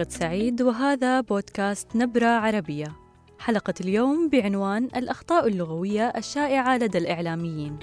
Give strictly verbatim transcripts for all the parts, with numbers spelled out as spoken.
نشرة سعيد، وهذا بودكاست نبرة عربية. حلقة اليوم بعنوان الأخطاء اللغوية الشائعة لدى الإعلاميين.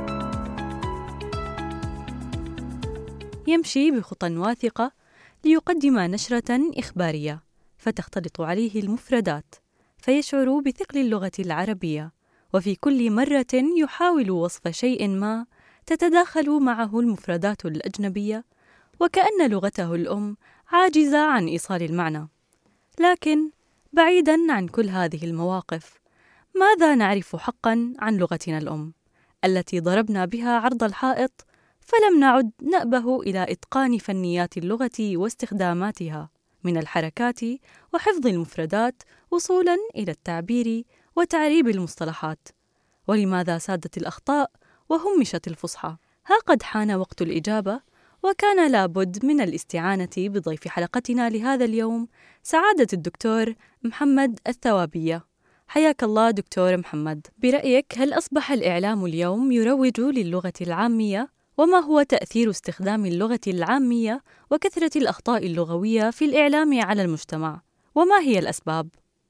يمشي بخطى واثقة ليقدم نشرة إخبارية، فتختلط عليه المفردات فيشعر بثقل اللغة العربية، وفي كل مرة يحاول وصف شيء ما تتداخل معه المفردات الأجنبية، وكأن لغته الأم عاجزة عن إيصال المعنى. لكن بعيداً عن كل هذه المواقف، ماذا نعرف حقاً عن لغتنا الأم التي ضربنا بها عرض الحائط، فلم نعد نأبه إلى إتقان فنيات اللغة واستخداماتها من الحركات وحفظ المفردات وصولاً إلى التعبير وتعريب المصطلحات؟ ولماذا سادت الأخطاء وهمشت الفصحى؟ ها قد حان وقت الإجابة، وكان لابد من الاستعانة بضيف حلقتنا لهذا اليوم، سعادة الدكتور محمد الثوابية. حياك الله دكتور محمد. برأيك، هل أصبح الإعلام اليوم يروج للغة العامية؟ وما هو تأثير استخدام اللغة العامية وكثرة الأخطاء اللغوية في الإعلام على المجتمع؟ وما هي الأسباب؟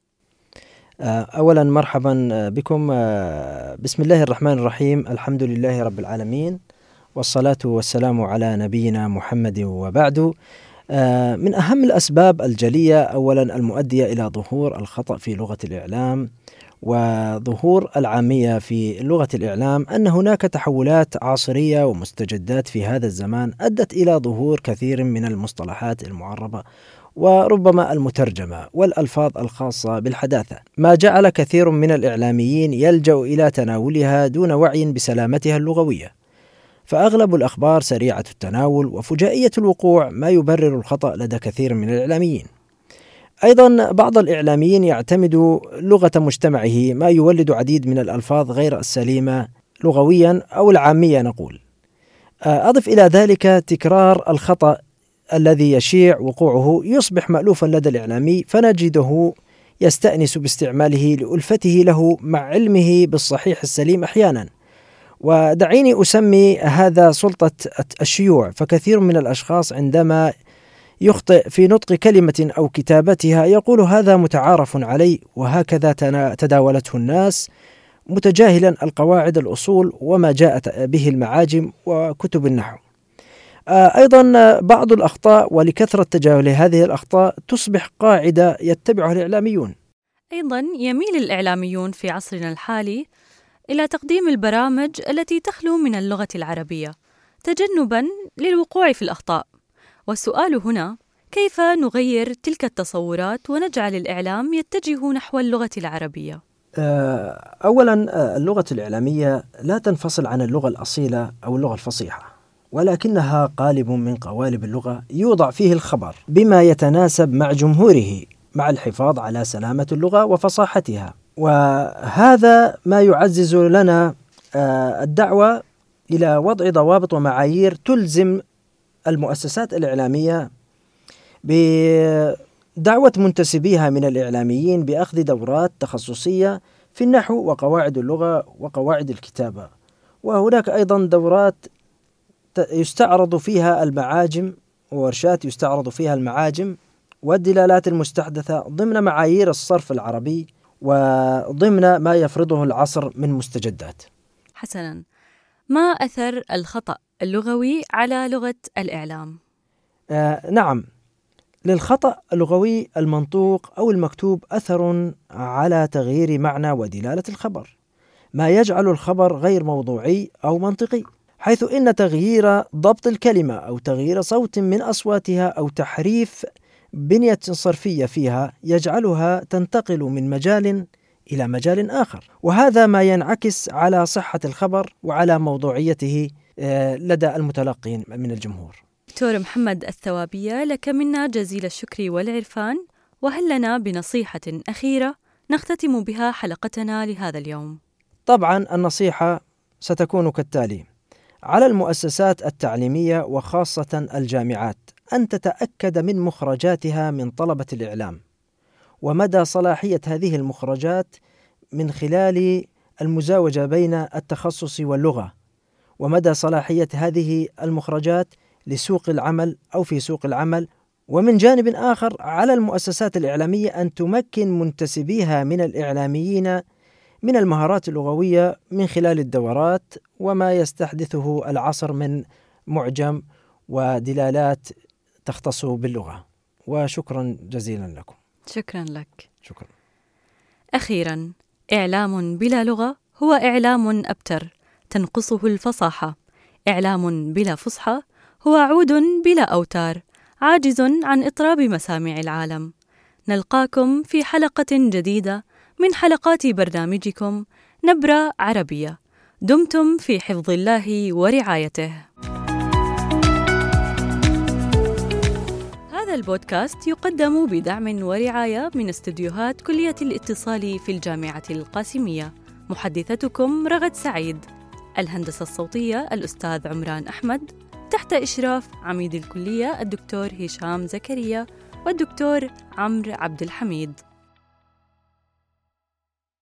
أولا مرحبا بكم. بسم الله الرحمن الرحيم، الحمد لله رب العالمين، والصلاة والسلام على نبينا محمد. وبعد، من أهم الأسباب الجلية أولا المؤدية إلى ظهور الخطأ في لغة الإعلام وظهور العامية في لغة الإعلام أن هناك تحولات عصرية ومستجدات في هذا الزمان أدت إلى ظهور كثير من المصطلحات المعربة وربما المترجمة والألفاظ الخاصة بالحداثة، ما جعل كثير من الإعلاميين يلجأ إلى تناولها دون وعي بسلامتها اللغوية. فأغلب الأخبار سريعة التناول وفجائية الوقوع، ما يبرر الخطأ لدى كثير من الإعلاميين. أيضا بعض الإعلاميين يعتمد لغة مجتمعه، ما يولد عديد من الألفاظ غير السليمة لغويا أو العامية نقول. أضف إلى ذلك تكرار الخطأ الذي يشيع وقوعه يصبح مألوفا لدى الإعلامي، فنجده يستأنس باستعماله لألفته له مع علمه بالصحيح السليم أحيانا. ودعيني أسمي هذا سلطة الشيوع، فكثير من الأشخاص عندما يخطئ في نطق كلمة أو كتابتها يقول هذا متعارف عليه، وهكذا تداولته الناس، متجاهلا القواعد الأصول وما جاءت به المعاجم وكتب النحو. أيضا بعض الأخطاء ولكثرة تجاهل هذه الأخطاء تصبح قاعدة يتبعها الإعلاميون. أيضا يميل الإعلاميون في عصرنا الحالي إلى تقديم البرامج التي تخلو من اللغة العربية تجنباً للوقوع في الأخطاء. والسؤال هنا، كيف نغير تلك التصورات ونجعل الإعلام يتجه نحو اللغة العربية؟ أولاً، اللغة الإعلامية لا تنفصل عن اللغة الأصيلة أو اللغة الفصيحة، ولكنها قالب من قوالب اللغة يوضع فيه الخبر بما يتناسب مع جمهوره، مع الحفاظ على سلامة اللغة وفصاحتها. وهذا ما يعزز لنا الدعوة إلى وضع ضوابط ومعايير تلزم المؤسسات الإعلامية بدعوة منتسبيها من الإعلاميين بأخذ دورات تخصصية في النحو وقواعد اللغة وقواعد الكتابة. وهناك أيضا دورات يستعرض فيها المعاجم وورشات يستعرض فيها المعاجم والدلالات المستحدثة ضمن معايير الصرف العربي وضمن ما يفرضه العصر من مستجدات. حسناً، ما أثر الخطأ اللغوي على لغة الإعلام؟ آه نعم، للخطأ اللغوي المنطوق أو المكتوب أثر على تغيير معنى ودلالة الخبر، ما يجعل الخبر غير موضوعي أو منطقي، حيث إن تغيير ضبط الكلمة أو تغيير صوت من أصواتها أو تحريف بنية صرفية فيها يجعلها تنتقل من مجال إلى مجال آخر، وهذا ما ينعكس على صحة الخبر وعلى موضوعيته لدى المتلقين من الجمهور. دكتور محمد الثوابية، لك منا جزيل الشكر والعرفان، وهل لنا بنصيحة أخيرة نختتم بها حلقتنا لهذا اليوم؟ طبعا النصيحة ستكون كالتالي: على المؤسسات التعليمية وخاصة الجامعات أن تتأكد من مخرجاتها من طلبة الإعلام ومدى صلاحية هذه المخرجات من خلال المزاوجة بين التخصص واللغة، ومدى صلاحية هذه المخرجات لسوق العمل أو في سوق العمل، ومن جانب آخر على المؤسسات الإعلامية أن تمكن منتسبيها من الإعلاميين من المهارات اللغوية من خلال الدورات وما يستحدثه العصر من معجم ودلالات تختص باللغة. وشكرا جزيلا لكم. شكرا لك. شكرا. أخيرا، إعلام بلا لغة هو إعلام أبتر تنقصه الفصاحة. إعلام بلا فصحى هو عود بلا أوتار عاجز عن إطراب مسامع العالم. نلقاكم في حلقة جديدة من حلقات برنامجكم نبرة عربية. دمتم في حفظ الله ورعايته. هذا البودكاست يقدم بدعم ورعاية من استديوهات كلية الاتصال في الجامعة القاسمية. محدثتكم رغد سعيد. الهندسة الصوتية الأستاذ عمران أحمد، تحت إشراف عميد الكلية الدكتور هشام زكريا والدكتور عمرو عبد الحميد.